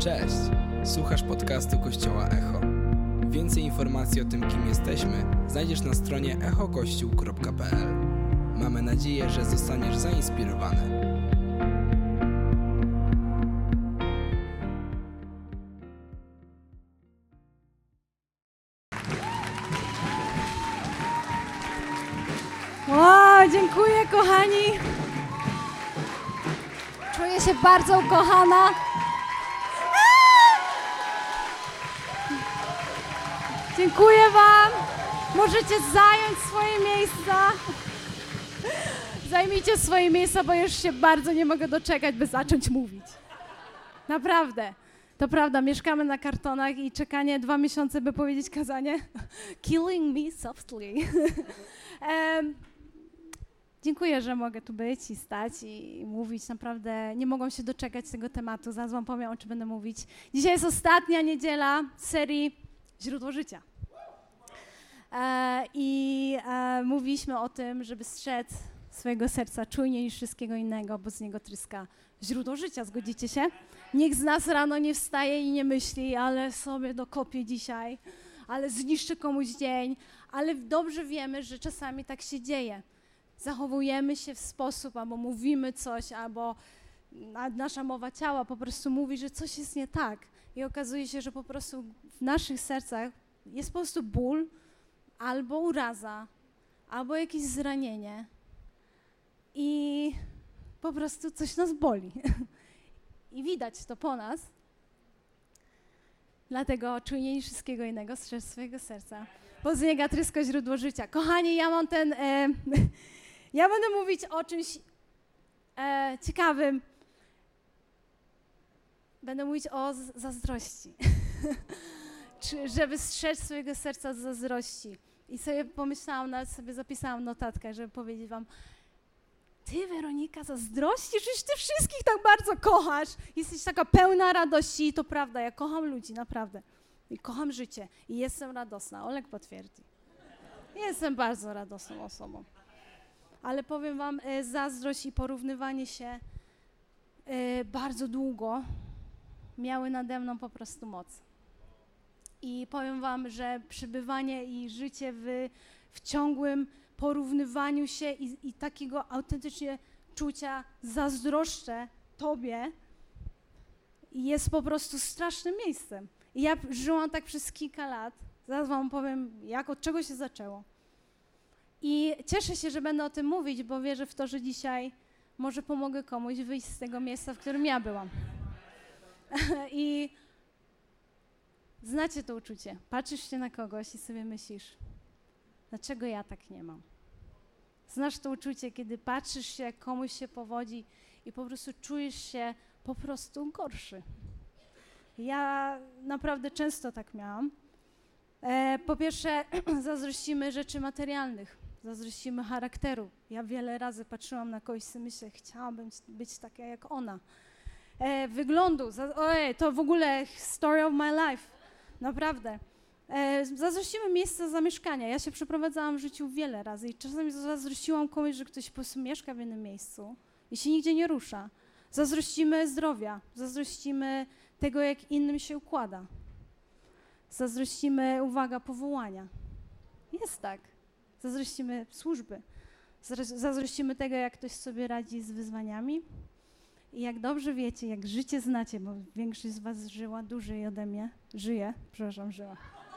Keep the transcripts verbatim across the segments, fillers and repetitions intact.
Cześć! Słuchasz podcastu Kościoła Echo. Więcej informacji o tym, kim jesteśmy, znajdziesz na stronie echo kościół kropka p l. Mamy nadzieję, że zostaniesz zainspirowany. Wow, dziękuję kochani. Czuję się bardzo ukochana. Dziękuję wam. Możecie zająć swoje miejsca. Zajmijcie swoje miejsca, bo już się bardzo nie mogę doczekać, by zacząć mówić. Naprawdę. To prawda, mieszkamy na kartonach i czekanie dwa miesiące, by powiedzieć kazanie. Killing me softly. um, Dziękuję, że mogę tu być i stać i, i mówić. Naprawdę nie mogłam się doczekać tego tematu. Zaraz wam powiem, o czym będę mówić. Dzisiaj jest ostatnia niedziela serii Źródło Życia. E, I e, mówiliśmy o tym, żeby strzec swojego serca czujniej niż wszystkiego innego, bo z niego tryska źródło życia. Zgodzicie się? Nikt z nas rano nie wstaje i nie myśli, ale sobie dokopię dzisiaj, ale zniszczę komuś dzień, ale dobrze wiemy, że czasami tak się dzieje. Zachowujemy się w sposób, albo mówimy coś, albo nasza mowa ciała po prostu mówi, że coś jest nie tak. I okazuje się, że po prostu w naszych sercach jest po prostu ból, albo uraza, albo jakieś zranienie. I po prostu coś nas boli. I widać to po nas. Dlatego czujniej niż wszystkiego innego strzeż swojego serca, bo z niego tryska źródło życia. Kochani, ja mam ten... E, Ja będę mówić o czymś e, ciekawym. Będę mówić o z- zazdrości. Czy, żeby strzec swojego serca z zazdrości. I sobie pomyślałam, nawet sobie zapisałam notatkę, żeby powiedzieć wam, ty, Weronika, zazdrościsz? Przecież ty wszystkich tak bardzo kochasz. Jesteś taka pełna radości i to prawda, ja kocham ludzi, naprawdę. I kocham życie i jestem radosna. Olek potwierdzi. Jestem bardzo radosną osobą. Ale powiem wam, e, zazdrość i porównywanie się e, bardzo długo miały nade mną po prostu moc. I powiem wam, że przebywanie i życie w, w ciągłym porównywaniu się i, i takiego autentycznie czucia zazdroszczę tobie jest po prostu strasznym miejscem. I ja żyłam tak przez kilka lat. Zaraz wam powiem, jak od czego się zaczęło. I cieszę się, że będę o tym mówić, bo wierzę w to, że dzisiaj może pomogę komuś wyjść z tego miejsca, w którym ja byłam. I znacie to uczucie. Patrzysz się na kogoś i sobie myślisz, dlaczego ja tak nie mam? Znasz to uczucie, kiedy patrzysz się, jak komuś się powodzi i po prostu czujesz się po prostu gorszy. Ja naprawdę często tak miałam. E, po pierwsze, zazdrościmy rzeczy materialnych. Zazdrościmy charakteru. Ja wiele razy patrzyłam na kogoś i myślę, chciałabym być taka jak ona. E, wyglądu, za, ojej, to w ogóle story of my life, naprawdę. E, zazdrościmy miejsca zamieszkania. Ja się przeprowadzałam w życiu wiele razy i czasami zazdrościłam komuś, że ktoś po prostu mieszka w innym miejscu i się nigdzie nie rusza. Zazdrościmy zdrowia, zazdrościmy tego, jak innym się układa. Zazdrościmy, uwaga, powołania. Jest tak. Zazdrościmy służby. Zazdrościmy tego, jak ktoś sobie radzi z wyzwaniami. I jak dobrze wiecie, jak życie znacie, bo większość z was żyła dłużej ode mnie. Żyje, przepraszam, żyła.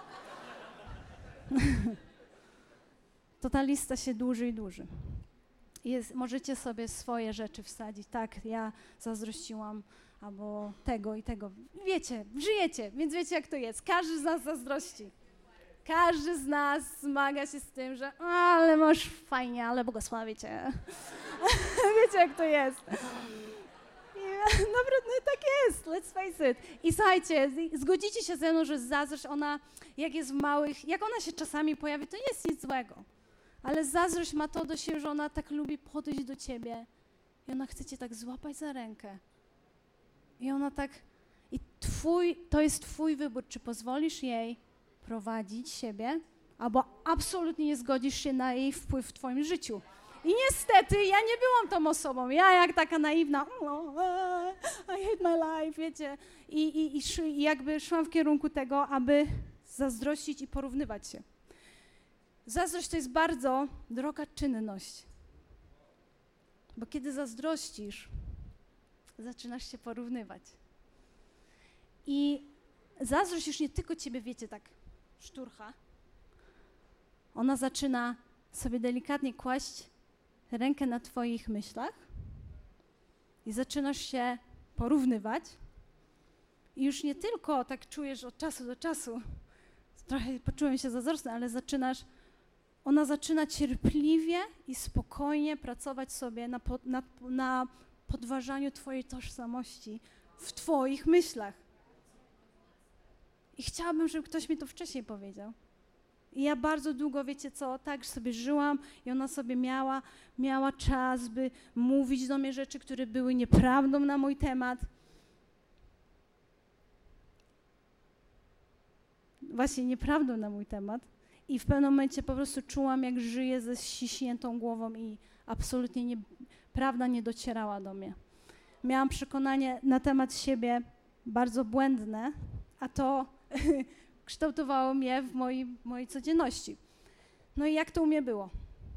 To ta lista się dłuży i dłuży. Jest, możecie sobie swoje rzeczy wsadzić. Tak, ja zazdrościłam albo tego i tego. Wiecie, żyjecie, więc wiecie, jak to jest. Każdy z nas zazdrości. Każdy z nas zmaga się z tym, że ale masz fajnie, ale błogosławię cię. Wiecie, jak to jest. I, dobra, no tak jest, let's face it. I słuchajcie, zgodzicie się ze mną, że zazdrość, ona, jak jest w małych, jak ona się czasami pojawi, to nie jest nic złego. Ale zazdrość ma to do siebie, że ona tak lubi podejść do ciebie i ona chce cię tak złapać za rękę. I ona tak, i twój, to jest twój wybór, czy pozwolisz jej prowadzić siebie, albo absolutnie nie zgodzisz się na jej wpływ w twoim życiu. I niestety ja nie byłam tą osobą. Ja jak taka naiwna, I hate my life, wiecie. I, i, i, szy, i jakby szłam w kierunku tego, aby zazdrościć i porównywać się. Zazdrość to jest bardzo droga czynność. Bo kiedy zazdrościsz, zaczynasz się porównywać. I zazdrość już nie tylko ciebie, wiecie, tak szturcha. Ona zaczyna sobie delikatnie kłaść rękę na twoich myślach i zaczynasz się porównywać. I już nie tylko tak czujesz od czasu do czasu, trochę poczułem się zazdrosny, ale zaczynasz, ona zaczyna cierpliwie i spokojnie pracować sobie na, po, na, na podważaniu twojej tożsamości w twoich myślach. I chciałabym, żeby ktoś mi to wcześniej powiedział. I ja bardzo długo, wiecie co, tak sobie żyłam i ona sobie miała, miała czas, by mówić do mnie rzeczy, które były nieprawdą na mój temat. Właśnie nieprawdą na mój temat. I w pewnym momencie po prostu czułam, jak żyję ze ściśniętą głową i absolutnie nie, prawda nie docierała do mnie. Miałam przekonanie na temat siebie bardzo błędne, a to kształtowało mnie w mojej, mojej codzienności. No i jak to u mnie było?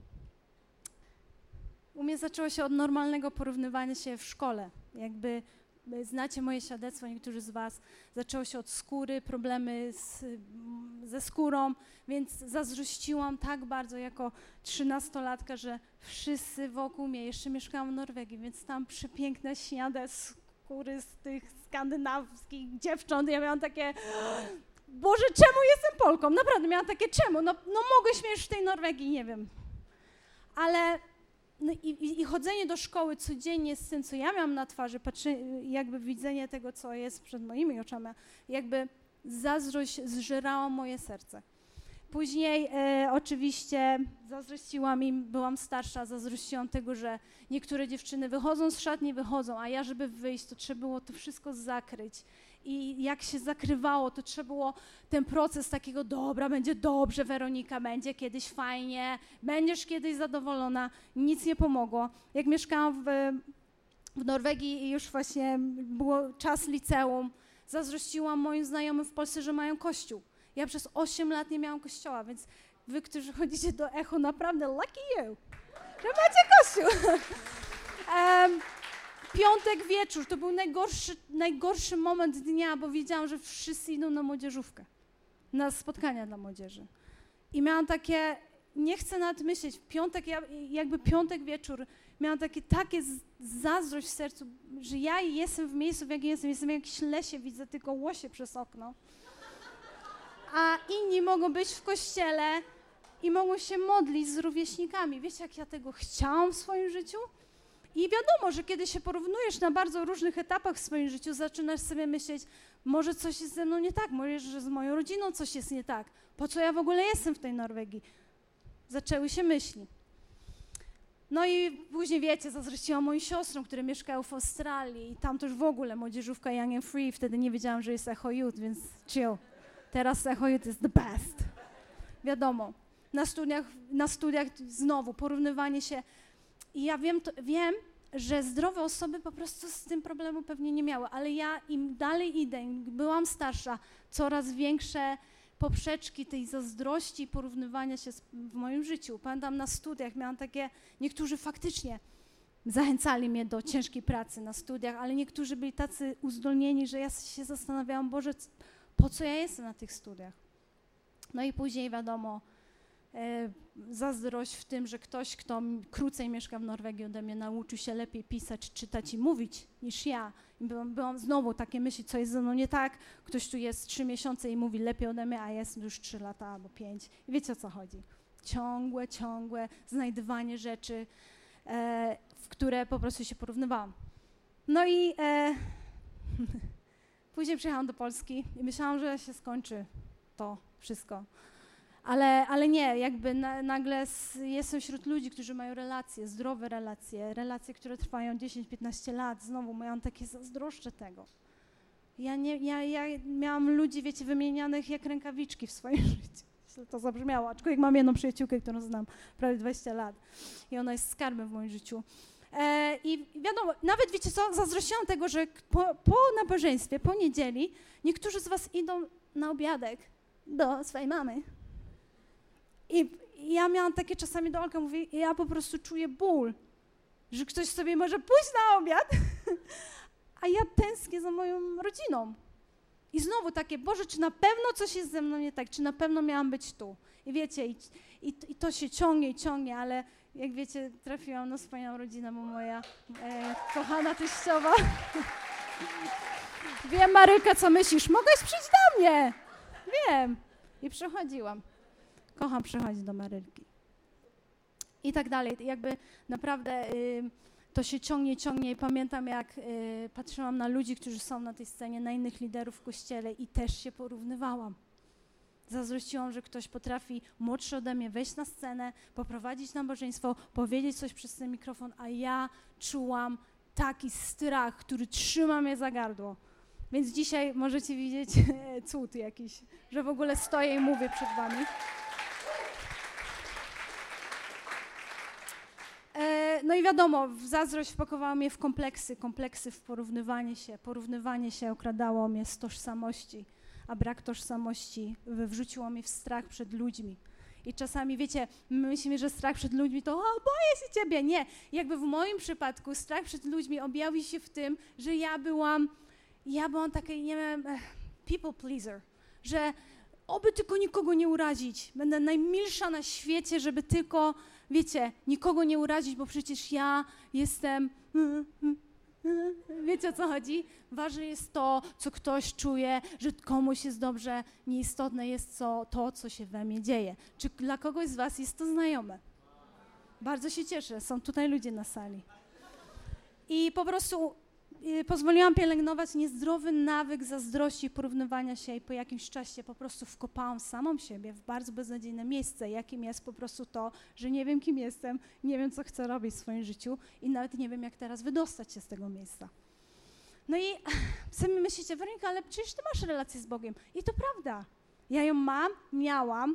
U mnie zaczęło się od normalnego porównywania się w szkole. Jakby znacie moje świadectwo, niektórzy z was. Zaczęło się od skóry, problemy z, ze skórą, więc zazdrościłam tak bardzo jako trzynastolatka, że wszyscy wokół mnie, jeszcze mieszkałam w Norwegii, więc tam przepiękne, śniade skóry z tych skandynawskich dziewcząt. Ja miałam takie, Boże, czemu jestem Polką? Naprawdę miałam takie, czemu? No, no mogę śmieć w tej Norwegii, nie wiem. Ale no i, i, i chodzenie do szkoły codziennie z tym, co ja miałam na twarzy, patrzy, jakby widzenie tego, co jest przed moimi oczami, jakby zazdrość zżerała moje serce. Później e, oczywiście zazdrościłam im, byłam starsza, zazdrościłam tego, że niektóre dziewczyny wychodzą z szatni, wychodzą, a ja, żeby wyjść, to trzeba było to wszystko zakryć. I jak się zakrywało, to trzeba było ten proces takiego, dobra, będzie dobrze, Weronika, będzie kiedyś fajnie, będziesz kiedyś zadowolona. Nic nie pomogło. Jak mieszkałam w, w Norwegii i już właśnie było czas liceum, zazdrościłam moim znajomym w Polsce, że mają kościół. Ja przez osiem lat nie miałam kościoła, więc wy, którzy chodzicie do Echo, naprawdę lucky you, że macie kościół. um, Piątek wieczór, to był najgorszy, najgorszy moment dnia, bo wiedziałam, że wszyscy idą na młodzieżówkę, na spotkania dla młodzieży. I miałam takie, nie chcę nawet myśleć, w piątek, ja, jakby piątek wieczór, miałam takie, takie zazdrość w sercu, że ja jestem w miejscu, w jakim jestem, jestem w jakimś lesie, widzę tylko łosie przez okno, a inni mogą być w kościele i mogą się modlić z rówieśnikami. Wiecie, jak ja tego chciałam w swoim życiu? I wiadomo, że kiedy się porównujesz na bardzo różnych etapach w swoim życiu, zaczynasz sobie myśleć, może coś jest ze mną nie tak, może że z moją rodziną coś jest nie tak. Po co ja w ogóle jestem w tej Norwegii? Zaczęły się myśli. No i później, wiecie, zazdrościłam moim siostrom, które mieszkają w Australii i tam też w ogóle młodzieżówka Young and Free, wtedy nie wiedziałam, że jest Echo Youth, więc chill. Teraz Echo Youth jest the best. Wiadomo, na studiach, na studiach znowu porównywanie się. I ja wiem, to, wiem, że zdrowe osoby po prostu z tym problemu pewnie nie miały, ale ja im dalej idę, im byłam starsza, coraz większe poprzeczki tej zazdrości i porównywania się z, w moim życiu. Pamiętam na studiach, miałam takie, niektórzy faktycznie zachęcali mnie do ciężkiej pracy na studiach, ale niektórzy byli tacy uzdolnieni, że ja się zastanawiałam, Boże, po co ja jestem na tych studiach? No i później wiadomo, E, zazdrość w tym, że ktoś, kto krócej mieszka w Norwegii ode mnie, nauczył się lepiej pisać, czytać i mówić niż ja. I byłam, byłam znowu takie myśli, co jest ze mną nie tak. Ktoś tu jest trzy miesiące i mówi lepiej ode mnie, a ja jestem już trzy lata albo pięć. I wiecie, o co chodzi. Ciągłe, ciągłe znajdywanie rzeczy, e, w które po prostu się porównywałam. No i e, później przyjechałam do Polski i myślałam, że się skończy to wszystko. Ale, ale nie, jakby na, nagle s, jestem wśród ludzi, którzy mają relacje, zdrowe relacje, relacje, które trwają dziesięć piętnaście lat. Znowu miałam takie zazdroszcze tego. Ja, nie, ja, ja miałam ludzi, wiecie, wymienianych jak rękawiczki w swoim życiu. to zabrzmiało, aczkolwiek mam jedną przyjaciółkę, którą znam prawie dwadzieścia lat i ona jest skarbem w moim życiu. E, I wiadomo, nawet wiecie co, zazdrościłam tego, że po, po nabożeństwie, po niedzieli, niektórzy z was idą na obiadek do swojej mamy. I, i ja miałam takie czasami do Olka, mówię, ja po prostu czuję ból, że ktoś sobie może pójść na obiad, a ja tęsknię za moją rodziną. I znowu takie, Boże, czy na pewno coś jest ze mną nie tak, czy na pewno miałam być tu. I wiecie, i, i, i to się ciągnie i ciągnie, ale jak wiecie, trafiłam na swoją rodzinę, bo moja e, kochana teściowa. Wiem, Marylka, co myślisz? Mogłeś przyjść do mnie. Wiem. I przychodziłam. Kocham przychodzić do Marylki. I tak dalej. Jakby naprawdę y, to się ciągnie, ciągnie i pamiętam, jak y, patrzyłam na ludzi, którzy są na tej scenie, na innych liderów w Kościele i też się porównywałam. Zazdrościłam, że ktoś potrafi młodszy ode mnie wejść na scenę, poprowadzić nabożeństwo, powiedzieć coś przez ten mikrofon, a ja czułam taki strach, który trzyma mnie za gardło. Więc dzisiaj możecie widzieć cud jakiś, że w ogóle stoję i mówię przed wami. E, no i wiadomo, zazdrość wpakowała mnie w kompleksy, kompleksy w porównywanie się. Porównywanie się okradało mnie z tożsamości, a brak tożsamości wrzuciło mnie w strach przed ludźmi. I czasami, wiecie, my myślimy, że strach przed ludźmi to o, boję się ciebie. Nie, jakby w moim przypadku strach przed ludźmi objawił się w tym, że ja byłam, ja byłam takiej, nie wiem, people pleaser, że oby tylko nikogo nie urazić. Będę najmilsza na świecie, żeby tylko, wiecie, nikogo nie urazić, bo przecież ja jestem... Wiecie, o co chodzi? Ważne jest to, co ktoś czuje, że komuś jest dobrze, nieistotne jest co, to, co się we mnie dzieje. Czy dla kogoś z was jest to znajome? Bardzo się cieszę, są tutaj ludzie na sali. I po prostu y, pozwoliłam pielęgnować niezdrowy nawyk zazdrości i porównywania się i po jakimś czasie po prostu wkopałam samą siebie w bardzo beznadziejne miejsce, jakim jest po prostu to, że nie wiem, kim jestem, nie wiem, co chcę robić w swoim życiu i nawet nie wiem, jak teraz wydostać się z tego miejsca. No i sami myślicie, Weronika, ale przecież ty masz relację z Bogiem. I to prawda. Ja ją mam, miałam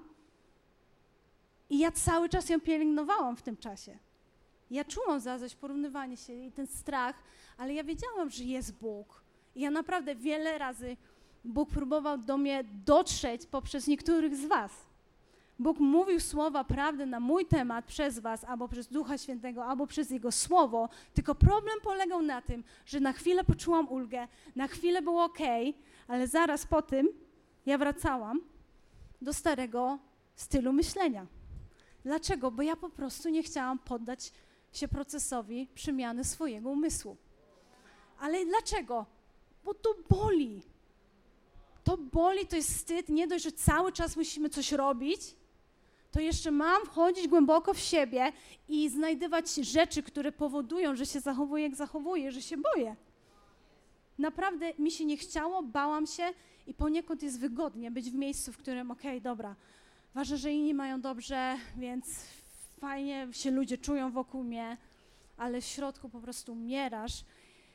i ja cały czas ją pielęgnowałam w tym czasie. Ja czułam zazdrość, porównywanie się i ten strach, ale ja wiedziałam, że jest Bóg. I ja naprawdę wiele razy Bóg próbował do mnie dotrzeć poprzez niektórych z was. Bóg mówił słowa prawdy na mój temat przez was, albo przez Ducha Świętego, albo przez Jego Słowo, tylko problem polegał na tym, że na chwilę poczułam ulgę, na chwilę było okej, ale zaraz po tym ja wracałam do starego stylu myślenia. Dlaczego? Bo ja po prostu nie chciałam poddać się procesowi przemiany swojego umysłu. Ale dlaczego? Bo to boli. To boli, to jest wstyd, nie dość, że cały czas musimy coś robić, to jeszcze mam wchodzić głęboko w siebie i znajdywać rzeczy, które powodują, że się zachowuję, jak zachowuję, że się boję. Naprawdę mi się nie chciało, bałam się i poniekąd jest wygodnie być w miejscu, w którym okej, okay, dobra, ważne, że inni mają dobrze, więc fajnie się ludzie czują wokół mnie, ale w środku po prostu umierasz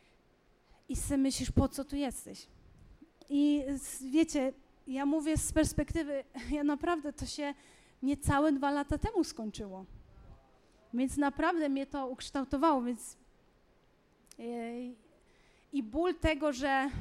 i sobie myślisz, po co tu jesteś? I wiecie, ja mówię z perspektywy, ja naprawdę to się niecałe dwa lata temu skończyło. Więc naprawdę mnie to ukształtowało, więc yy, i ból tego, że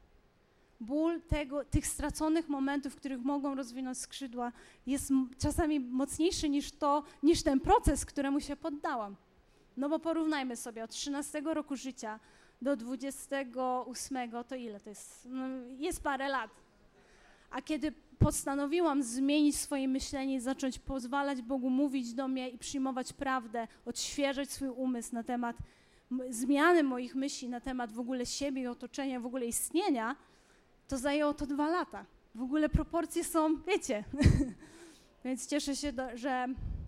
ból tego, tych straconych momentów, w których mogą rozwinąć skrzydła, jest m- czasami mocniejszy niż to, niż ten proces, któremu się poddałam. No bo porównajmy sobie, od trzynastego roku życia do dwudziestego ósmego, to ile to jest? No, jest parę lat. A kiedy postanowiłam zmienić swoje myślenie i zacząć pozwalać Bogu mówić do mnie i przyjmować prawdę, odświeżać swój umysł na temat m- zmiany moich myśli, na temat w ogóle siebie i otoczenia, w ogóle istnienia, to zajęło to dwa lata. W ogóle proporcje są, wiecie. Więc cieszę się, do, że,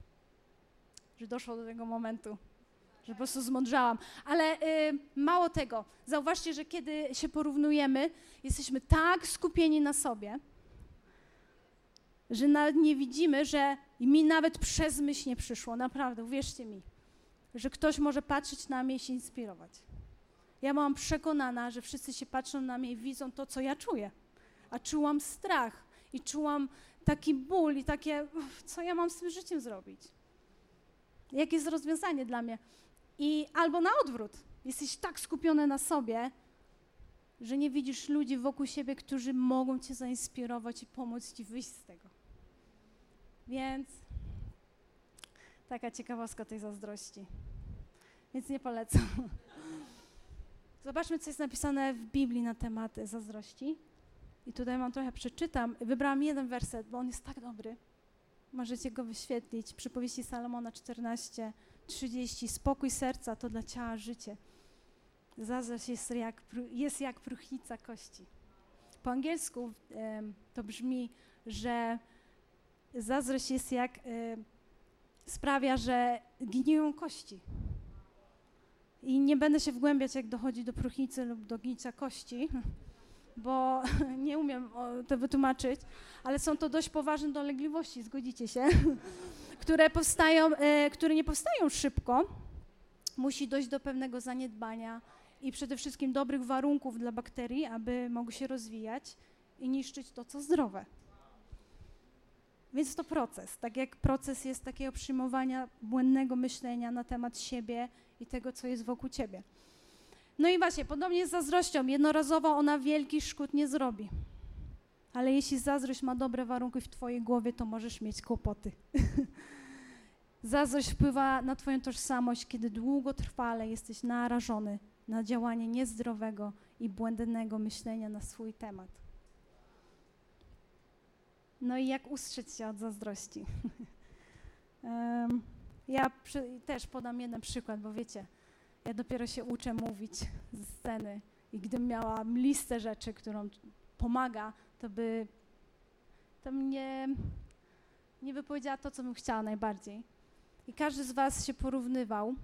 że doszło do tego momentu. Że po prostu zmądrzałam. Ale y, mało tego, zauważcie, że kiedy się porównujemy, jesteśmy tak skupieni na sobie, że nawet nie widzimy, że mi nawet przez myśl nie przyszło, naprawdę, uwierzcie mi, że ktoś może patrzeć na mnie i się inspirować. Ja byłam przekonana, że wszyscy się patrzą na mnie i widzą to, co ja czuję. A czułam strach i czułam taki ból i takie, uff, co ja mam z tym życiem zrobić? Jakie jest rozwiązanie dla mnie? I albo na odwrót, jesteś tak skupiony na sobie, że nie widzisz ludzi wokół siebie, którzy mogą cię zainspirować i pomóc ci wyjść z tego. Więc taka ciekawostka tej zazdrości. Więc nie polecam. Zobaczmy, co jest napisane w Biblii na temat zazdrości. I tutaj wam trochę przeczytam. Wybrałam jeden werset, bo on jest tak dobry. Możecie go wyświetlić. Przypowieści Salomona czternaście trzydzieści. Spokój serca to dla ciała życie. Zazdrość jest jak, jest jak próchnica kości. Po angielsku e, to brzmi, że zazdrość jest jak, e, sprawia, że gniją kości. I nie będę się wgłębiać, jak dochodzi do próchnicy lub do gnicia kości, bo nie umiem to wytłumaczyć, ale są to dość poważne dolegliwości, zgodzicie się, które powstają, e, które nie powstają szybko. Musi dojść do pewnego zaniedbania i przede wszystkim dobrych warunków dla bakterii, aby mogły się rozwijać i niszczyć to, co zdrowe. Więc to proces, tak jak proces jest takiego przyjmowania błędnego myślenia na temat siebie i tego, co jest wokół ciebie. No i właśnie, podobnie jest z zazdrością. Jednorazowo ona wielki szkód nie zrobi. Ale jeśli zazdrość ma dobre warunki w twojej głowie, to możesz mieć kłopoty. Zazdrość wpływa na twoją tożsamość, kiedy długotrwale jesteś narażony na działanie niezdrowego i błędnego myślenia na swój temat. No i jak ustrzec się od zazdrości? um, ja przy, też podam jeden przykład, bo wiecie, ja dopiero się uczę mówić ze sceny i gdybym miała listę rzeczy, którą pomaga, to by to mnie nie wypowiedziała to, co bym chciała najbardziej. I każdy z was się porównywał,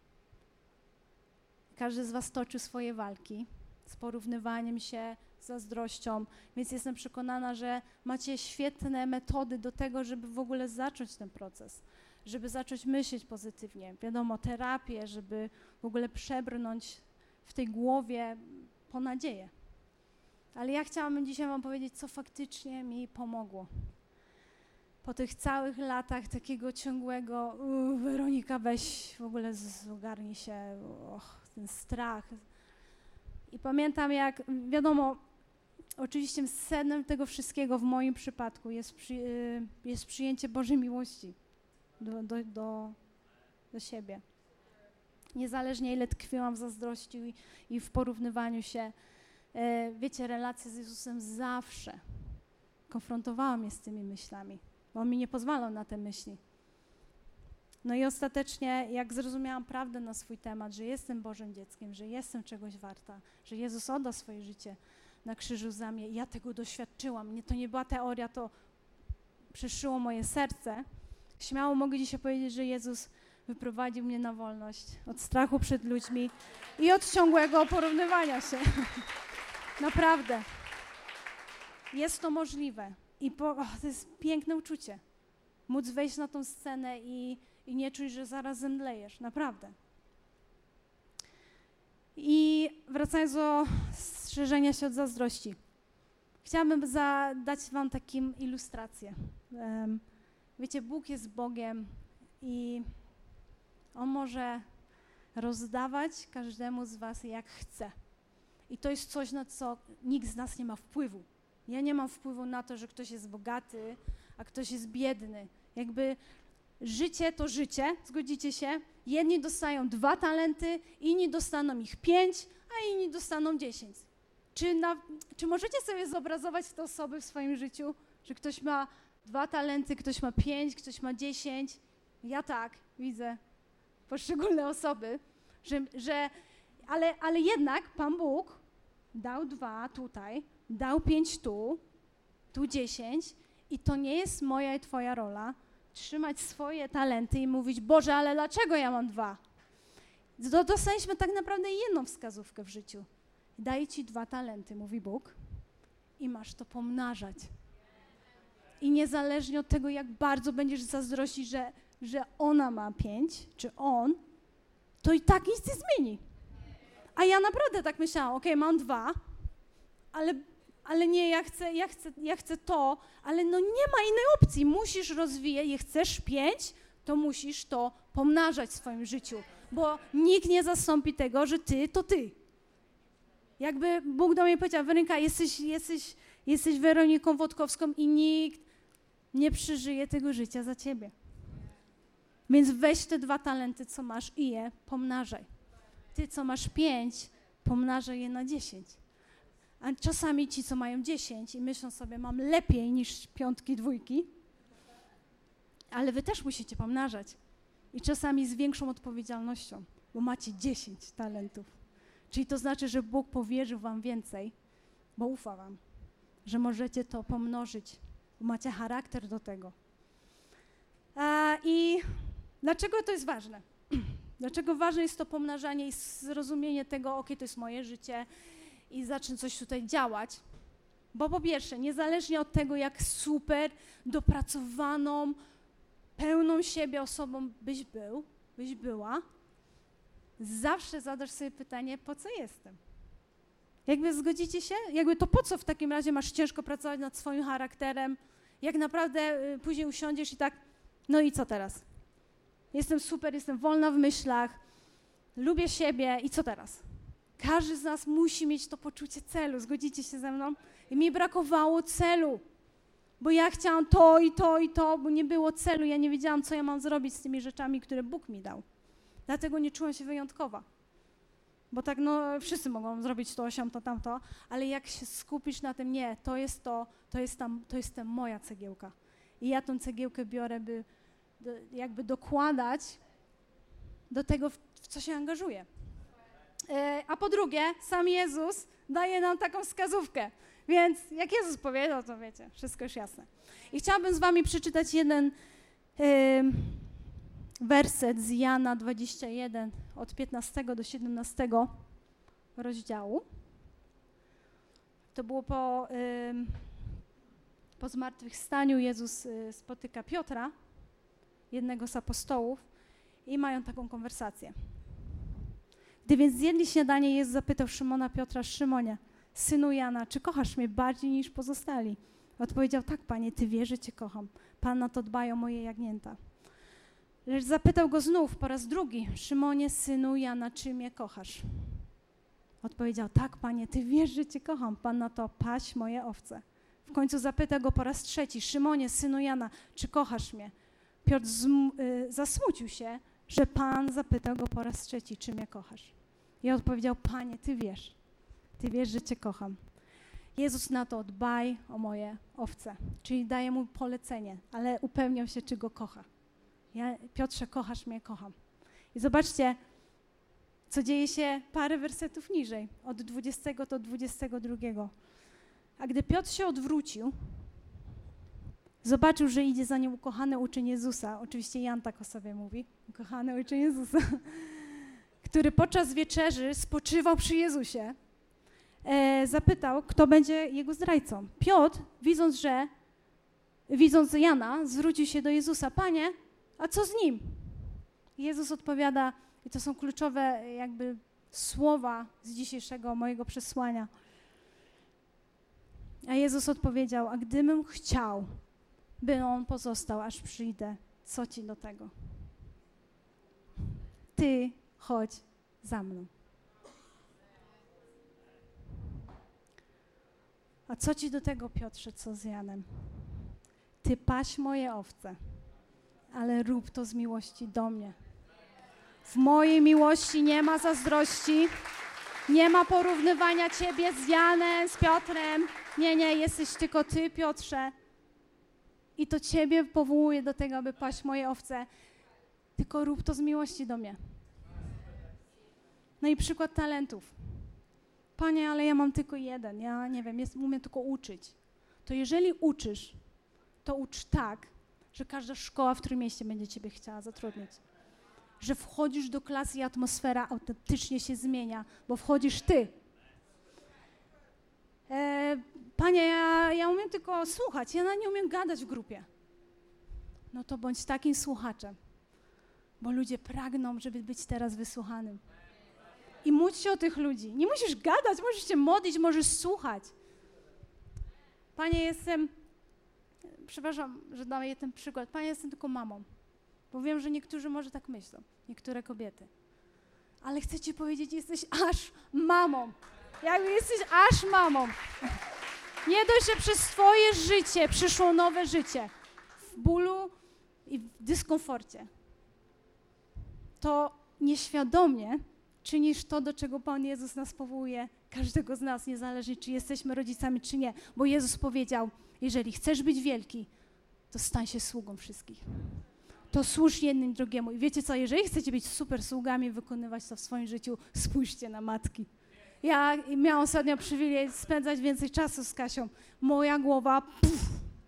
każdy z was toczył swoje walki z porównywaniem się, z zazdrością, więc jestem przekonana, że macie świetne metody do tego, żeby w ogóle zacząć ten proces, żeby zacząć myśleć pozytywnie. Wiadomo, terapię, żeby w ogóle przebrnąć w tej głowie po nadzieję. Ale ja chciałabym dzisiaj wam powiedzieć, co faktycznie mi pomogło. Po tych całych latach takiego ciągłego, uh, Weronika, weź w ogóle ogarnij się, och, ten strach. I pamiętam, jak, wiadomo, oczywiście sednem tego wszystkiego w moim przypadku jest, przy, jest przyjęcie Bożej miłości do, do, do, do siebie. Niezależnie ile tkwiłam w zazdrości i, i w porównywaniu się, e, wiecie, relacje z Jezusem zawsze konfrontowała mnie z tymi myślami, bo On mi nie pozwalał na te myśli. No i ostatecznie, jak zrozumiałam prawdę na swój temat, że jestem Bożym dzieckiem, że jestem czegoś warta, że Jezus oddał swoje życie na krzyżu za mnie i ja tego doświadczyłam. Nie, to nie była teoria, to przeszyło moje serce. Śmiało mogę dzisiaj powiedzieć, że Jezus wyprowadził mnie na wolność od strachu przed ludźmi i od ciągłego porównywania się. Naprawdę. Jest to możliwe. I po, oh, to jest piękne uczucie. Móc wejść na tą scenę i, i nie czuć, że zaraz zemdlejesz. Naprawdę. I wracając do strzeżenia się od zazdrości. Chciałabym za, dać wam taką ilustrację. Um, wiecie, Bóg jest Bogiem i On może rozdawać każdemu z was jak chce. I to jest coś, na co nikt z nas nie ma wpływu. Ja nie mam wpływu na to, że ktoś jest bogaty, a ktoś jest biedny. Jakby życie to życie, zgodzicie się? Jedni dostają dwa talenty, inni dostaną ich pięć, a inni dostaną dziesięć. Czy, na, czy możecie sobie zobrazować te osoby w swoim życiu, że ktoś ma dwa talenty, ktoś ma pięć, ktoś ma dziesięć? Ja tak widzę poszczególne osoby, że, że ale, ale jednak Pan Bóg dał dwa tutaj, dał pięć tu, tu dziesięć i to nie jest moja i twoja rola trzymać swoje talenty i mówić, Boże, ale dlaczego ja mam dwa? Dostaliśmy tak naprawdę jedną wskazówkę w życiu. Daję ci dwa talenty, mówi Bóg, i masz to pomnażać. I niezależnie od tego, jak bardzo będziesz zazdrościć, że, że ona ma pięć, czy on, to i tak nic nie zmieni. A ja naprawdę tak myślałam, okej, okay, mam dwa, ale, ale nie, ja chcę, ja chcę, ja chcę to, ale no nie ma innej opcji, musisz rozwijać, je chcesz pięć, to musisz to pomnażać w swoim życiu, bo nikt nie zastąpi tego, że ty to ty. Jakby Bóg do mnie powiedział, Weronika, jesteś, jesteś, jesteś Weroniką Wodkowską i nikt nie przeżyje tego życia za ciebie. Więc weź te dwa talenty, co masz i je pomnażaj. Ty, co masz pięć, pomnażaj je na dziesięć. A czasami ci, co mają dziesięć i myślą sobie, mam lepiej niż piątki, dwójki, ale wy też musicie pomnażać. I czasami z większą odpowiedzialnością, bo macie dziesięć talentów. Czyli to znaczy, że Bóg powierzył wam więcej, bo ufa wam, że możecie to pomnożyć, bo macie charakter do tego. A, I dlaczego to jest ważne? Dlaczego ważne jest to pomnażanie i zrozumienie tego, ok, to jest moje życie i zacznę coś tutaj działać? Bo po pierwsze, niezależnie od tego, jak super dopracowaną, pełną siebie osobą byś był, byś była, zawsze zadasz sobie pytanie, po co jestem? Jakby zgodzicie się? Jakby to po co w takim razie masz ciężko pracować nad swoim charakterem, jak naprawdę y, później usiądziesz i tak, no i co teraz? Jestem super, jestem wolna w myślach, lubię siebie i co teraz? Każdy z nas musi mieć to poczucie celu, zgodzicie się ze mną? I mi brakowało celu, bo ja chciałam to i to i to, bo nie było celu, ja nie wiedziałam, co ja mam zrobić z tymi rzeczami, które Bóg mi dał. Dlatego nie czułam się wyjątkowa. Bo tak, no, wszyscy mogą zrobić to, osiam, to, tamto, ale jak się skupisz na tym, nie, to jest to, to jest tam, to jest ta moja cegiełka. I ja tą cegiełkę biorę, by do, jakby dokładać do tego, w, w co się angażuję. E, a po drugie, sam Jezus daje nam taką wskazówkę. Więc jak Jezus powiedział, to wiecie, wszystko już jasne. I chciałabym z wami przeczytać jeden e, werset z Jana dwudziestego pierwszego, od piętnastego do siedemnastego rozdziału. To było po, y, po zmartwychwstaniu. Jezus y, spotyka Piotra, jednego z apostołów, i mają taką konwersację. Gdy więc zjedli śniadanie, Jezus zapytał Szymona Piotra: Szymonie, synu Jana, czy kochasz mnie bardziej niż pozostali? Odpowiedział: tak, Panie, Ty wiesz, że Cię kocham. Pan na to dbają moje jagnięta. Lecz zapytał go znów po raz drugi: Szymonie, synu Jana, czy mnie kochasz? Odpowiedział: tak, Panie, Ty wiesz, że Cię kocham. Pan na to: paś moje owce. W końcu zapytał go po raz trzeci: Szymonie, synu Jana, czy kochasz mnie? Piotr zm- y, zasmucił się, że Pan zapytał go po raz trzeci: czy mnie kochasz? I odpowiedział: Panie, Ty wiesz, Ty wiesz, że Cię kocham. Jezus na to: dbaj o moje owce. Czyli daje mu polecenie, ale upewniał się, czy go kocha. Ja, Piotrze, kochasz mnie, kocham. I zobaczcie, co dzieje się parę wersetów niżej, od dwudziestego do dwudziestego drugiego. A gdy Piotr się odwrócił, zobaczył, że idzie za nim ukochany uczeń Jezusa. Oczywiście Jan tak o sobie mówi, ukochany uczeń Jezusa, który podczas wieczerzy spoczywał przy Jezusie. E, zapytał, kto będzie jego zdrajcą. Piotr, widząc, że, widząc Jana, zwrócił się do Jezusa: Panie, a co z nim? Jezus odpowiada, i to są kluczowe jakby słowa z dzisiejszego mojego przesłania. A Jezus odpowiedział: a gdybym chciał, by on pozostał, aż przyjdę, co ci do tego? Ty chodź za mną. A co ci do tego, Piotrze, co z Janem? Ty paś moje owce, ale rób to z miłości do mnie. W mojej miłości nie ma zazdrości, nie ma porównywania ciebie z Janem, z Piotrem. Nie, nie, jesteś tylko ty, Piotrze. I to ciebie powołuje do tego, aby paść moje owce. Tylko rób to z miłości do mnie. No i przykład talentów. Panie, ale ja mam tylko jeden, ja nie wiem, jest, umiem tylko uczyć. To jeżeli uczysz, to ucz tak, że każda szkoła w którym mieście będzie ciebie chciała zatrudnić. Że wchodzisz do klasy i atmosfera autentycznie się zmienia, bo wchodzisz ty. E, Panie, ja, ja umiem tylko słuchać, ja nie umiem gadać w grupie. No to bądź takim słuchaczem, bo ludzie pragną, żeby być teraz wysłuchanym. I módl się o tych ludzi. Nie musisz gadać, możesz się modlić, możesz słuchać. Panie, jestem, przepraszam, że daję ten przykład, Panie, jestem tylko mamą, bo wiem, że niektórzy może tak myślą, niektóre kobiety. Ale chcę Ci powiedzieć, jesteś aż mamą. Jakby jesteś aż mamą. Nie dość, że przez Twoje życie przyszło nowe życie w bólu i w dyskomforcie, to nieświadomie czynisz to, do czego Pan Jezus nas powołuje, każdego z nas, niezależnie czy jesteśmy rodzicami, czy nie. Bo Jezus powiedział, jeżeli chcesz być wielki, to stań się sługą wszystkich. To służ jednym drugiemu. I wiecie co, jeżeli chcecie być super sługami, wykonywać to w swoim życiu, spójrzcie na matki. Ja miałam ostatnio przywilej spędzać więcej czasu z Kasią. Moja głowa, puf,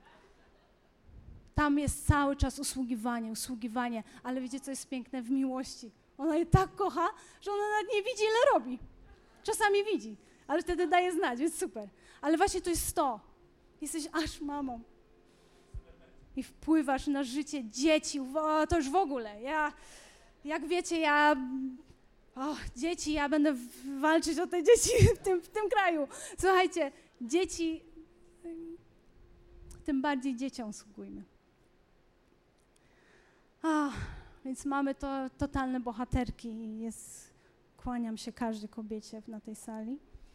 tam jest cały czas usługiwanie, usługiwanie. Ale wiecie, co jest piękne? W miłości. Ona je tak kocha, że ona nawet nie widzi, ile robi. Czasami widzi, ale wtedy daje znać, więc super. Ale właśnie to jest to. Jesteś aż mamą. I wpływasz na życie dzieci. O, to już w ogóle. Ja, jak wiecie, ja... O, dzieci, ja będę w, walczyć o te dzieci w tym, w tym kraju. Słuchajcie, dzieci, tym bardziej dzieciom sługujmy. A, więc mamy to totalne bohaterki. Jest, kłaniam się każdej kobiecie na tej sali.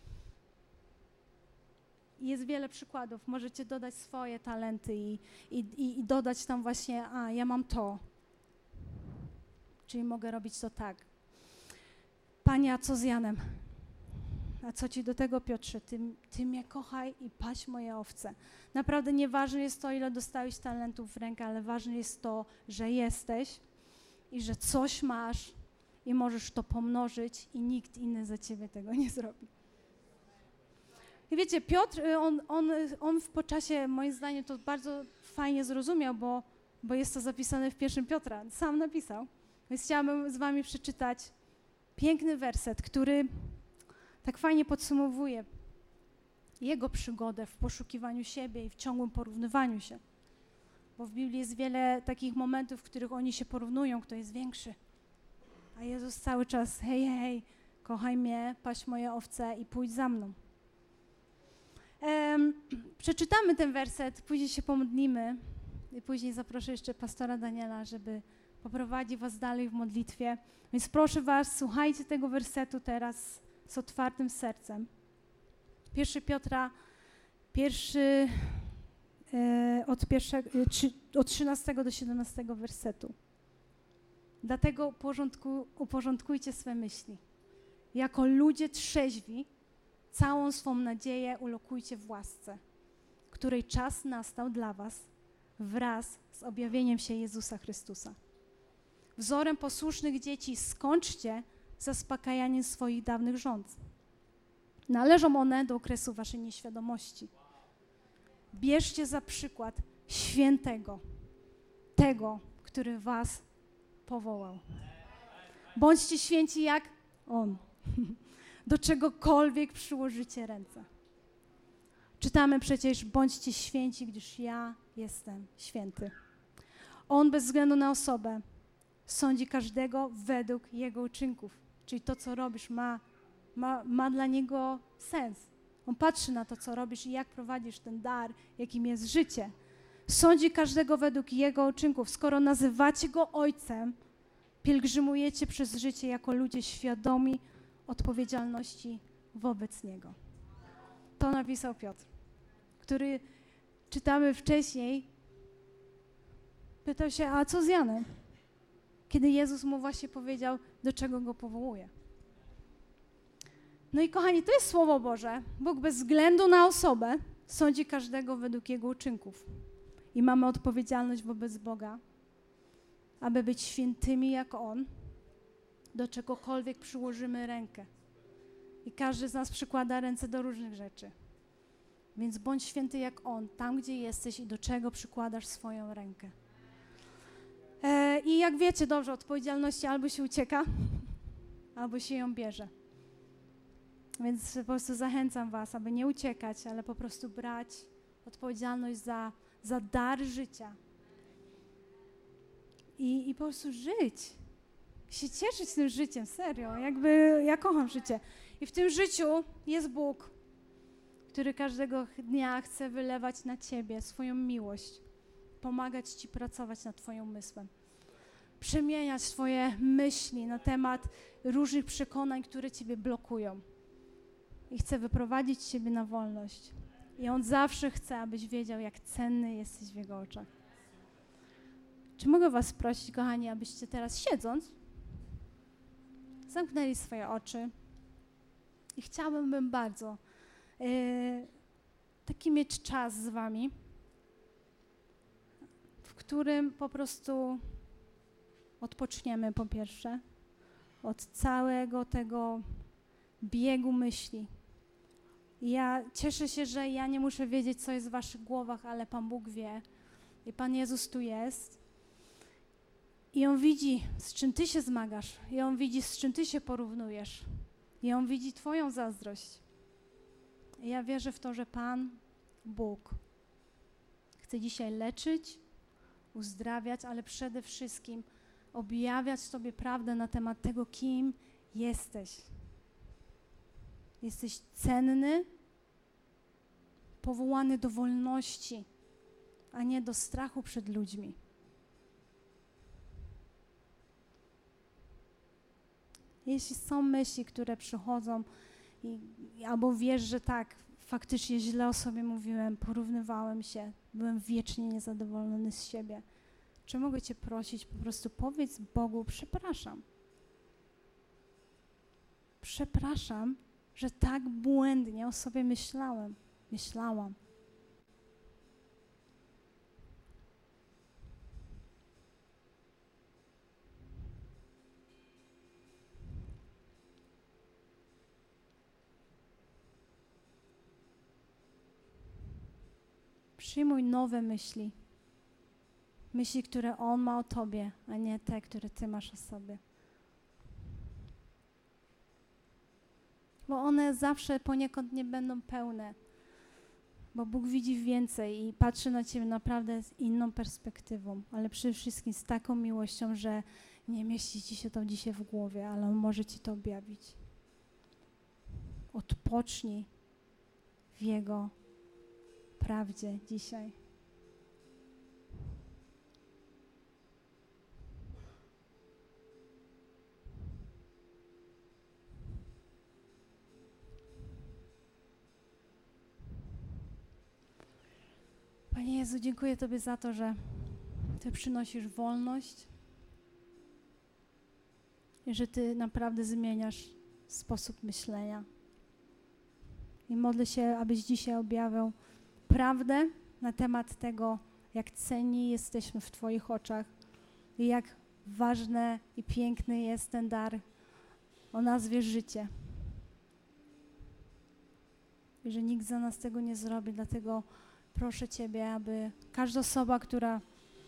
Jest wiele przykładów. Możecie dodać swoje talenty i, i, i, i dodać tam właśnie, a ja mam to. Czyli mogę robić to tak. Panie, a co z Janem? A co Ci do tego, Piotrze? Ty, ty mnie kochaj i paś moje owce. Naprawdę nieważne jest to, ile dostałeś talentów w rękę, ale ważne jest to, że jesteś i że coś masz i możesz to pomnożyć i nikt inny za Ciebie tego nie zrobi. I wiecie, Piotr, on, on, on w po czasie, moim zdaniem, to bardzo fajnie zrozumiał, bo, bo jest to zapisane w pierwszym Piotra. Sam napisał. Więc chciałabym z Wami przeczytać piękny werset, który tak fajnie podsumowuje jego przygodę w poszukiwaniu siebie i w ciągłym porównywaniu się. Bo w Biblii jest wiele takich momentów, w których oni się porównują, kto jest większy. A Jezus cały czas, hej, hej, kochaj mnie, paś moje owce i pójdź za mną. Um, przeczytamy ten werset, później się pomodlimy i później zaproszę jeszcze pastora Daniela, żeby poprowadzi was dalej w modlitwie. Więc proszę was, słuchajcie tego wersetu teraz z otwartym sercem. Pierwszy Piotra, pierwszy, e, od, pierwszego, e, trzy, od trzynastego do siedemnastego wersetu. Dlatego uporządku, uporządkujcie swe myśli. Jako ludzie trzeźwi, całą swą nadzieję ulokujcie w łasce, której czas nastał dla was wraz z objawieniem się Jezusa Chrystusa. Wzorem posłusznych dzieci skończcie zaspokajaniem swoich dawnych żądz. Należą one do okresu waszej nieświadomości. Bierzcie za przykład świętego, tego, który was powołał. Bądźcie święci jak On. Do czegokolwiek przyłożycie ręce. Czytamy przecież, bądźcie święci, gdyż ja jestem święty. On bez względu na osobę sądzi każdego według jego uczynków. Czyli to, co robisz, ma, ma, ma dla niego sens. On patrzy na to, co robisz i jak prowadzisz ten dar, jakim jest życie. Sądzi każdego według jego uczynków. Skoro nazywacie go Ojcem, pielgrzymujecie przez życie jako ludzie świadomi odpowiedzialności wobec Niego. To napisał Piotr, który czytamy wcześniej, pytał się, a co z Janem? Kiedy Jezus mu właśnie powiedział, do czego go powołuje. No i kochani, to jest Słowo Boże. Bóg bez względu na osobę sądzi każdego według jego uczynków. I mamy odpowiedzialność wobec Boga, aby być świętymi jak On, do czegokolwiek przyłożymy rękę. I każdy z nas przykłada ręce do różnych rzeczy. Więc bądź święty jak On, tam gdzie jesteś i do czego przykładasz swoją rękę. E, I jak wiecie dobrze, odpowiedzialności albo się ucieka, albo się ją bierze. Więc po prostu zachęcam was, aby nie uciekać, ale po prostu brać odpowiedzialność za, za dar życia. I, I po prostu żyć. Się cieszyć tym życiem, serio. Jakby ja kocham życie. I w tym życiu jest Bóg, który każdego dnia chce wylewać na Ciebie swoją miłość, pomagać Ci pracować nad Twoim umysłem, przemieniać Twoje myśli na temat różnych przekonań, które Ciebie blokują. I chce wyprowadzić Ciebie na wolność. I On zawsze chce, abyś wiedział, jak cenny jesteś w Jego oczach. Czy mogę Was prosić, kochani, abyście teraz siedząc, zamknęli swoje oczy i chciałabym bardzo yy, taki mieć czas z Wami, w którym po prostu odpoczniemy po pierwsze od całego tego biegu myśli. I ja cieszę się, że ja nie muszę wiedzieć, co jest w Waszych głowach, ale Pan Bóg wie i Pan Jezus tu jest. I On widzi, z czym Ty się zmagasz. I On widzi, z czym Ty się porównujesz. I On widzi Twoją zazdrość. I ja wierzę w to, że Pan Bóg chce dzisiaj leczyć, uzdrawiać, ale przede wszystkim objawiać Tobie prawdę na temat tego, kim jesteś. Jesteś cenny, powołany do wolności, a nie do strachu przed ludźmi. Jeśli są myśli, które przychodzą i, albo wiesz, że tak, faktycznie źle o sobie mówiłem, porównywałem się, byłem wiecznie niezadowolony z siebie, czy mogę Cię prosić, po prostu powiedz Bogu, przepraszam. Przepraszam, że tak błędnie o sobie myślałem, myślałam. Przyjmuj nowe myśli. Myśli, które On ma o Tobie, a nie te, które Ty masz o sobie. Bo one zawsze poniekąd nie będą pełne. Bo Bóg widzi więcej i patrzy na Ciebie naprawdę z inną perspektywą, ale przede wszystkim z taką miłością, że nie mieści Ci się to dzisiaj w głowie, ale On może Ci to objawić. Odpocznij w Jego prawdzie dzisiaj. Panie Jezu, dziękuję Tobie za to, że Ty przynosisz wolność i że Ty naprawdę zmieniasz sposób myślenia. I modlę się, abyś dzisiaj objawiał prawdę na temat tego, jak cenni jesteśmy w Twoich oczach i jak ważny i piękny jest ten dar o nazwie życie. I że nikt za nas tego nie zrobi, dlatego proszę Ciebie, aby każda osoba, która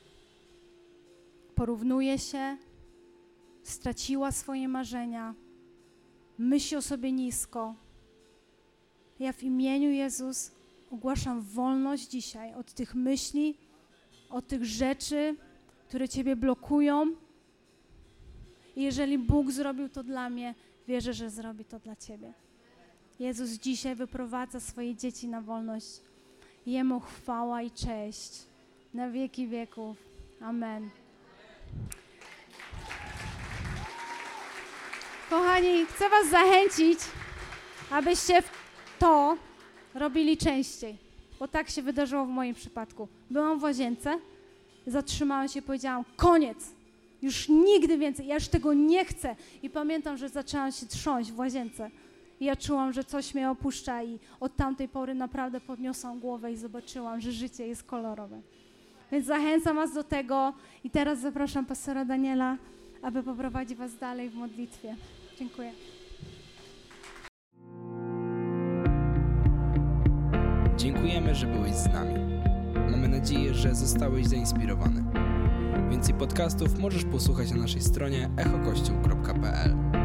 porównuje się, straciła swoje marzenia, myśli o sobie nisko, ja w imieniu Jezus ogłaszam wolność dzisiaj od tych myśli, od tych rzeczy, które Ciebie blokują. I jeżeli Bóg zrobił to dla mnie, wierzę, że zrobi to dla Ciebie. Jezus dzisiaj wyprowadza swoje dzieci na wolność. Jemu chwała i cześć na wieki wieków. Amen. Kochani, chcę Was zachęcić, abyście to robili częściej, bo tak się wydarzyło w moim przypadku. Byłam w łazience, zatrzymałam się i powiedziałam, koniec, już nigdy więcej, ja już tego nie chcę. I pamiętam, że zaczęłam się trząść w łazience. I ja czułam, że coś mnie opuszcza i od tamtej pory naprawdę podniosłam głowę i zobaczyłam, że życie jest kolorowe. Więc zachęcam Was do tego i teraz zapraszam pastora Daniela, aby poprowadził Was dalej w modlitwie. Dziękuję. Dziękujemy, że byłeś z nami. Mamy nadzieję, że zostałeś zainspirowany. Więcej podcastów możesz posłuchać na naszej stronie echo kościół kropka p l.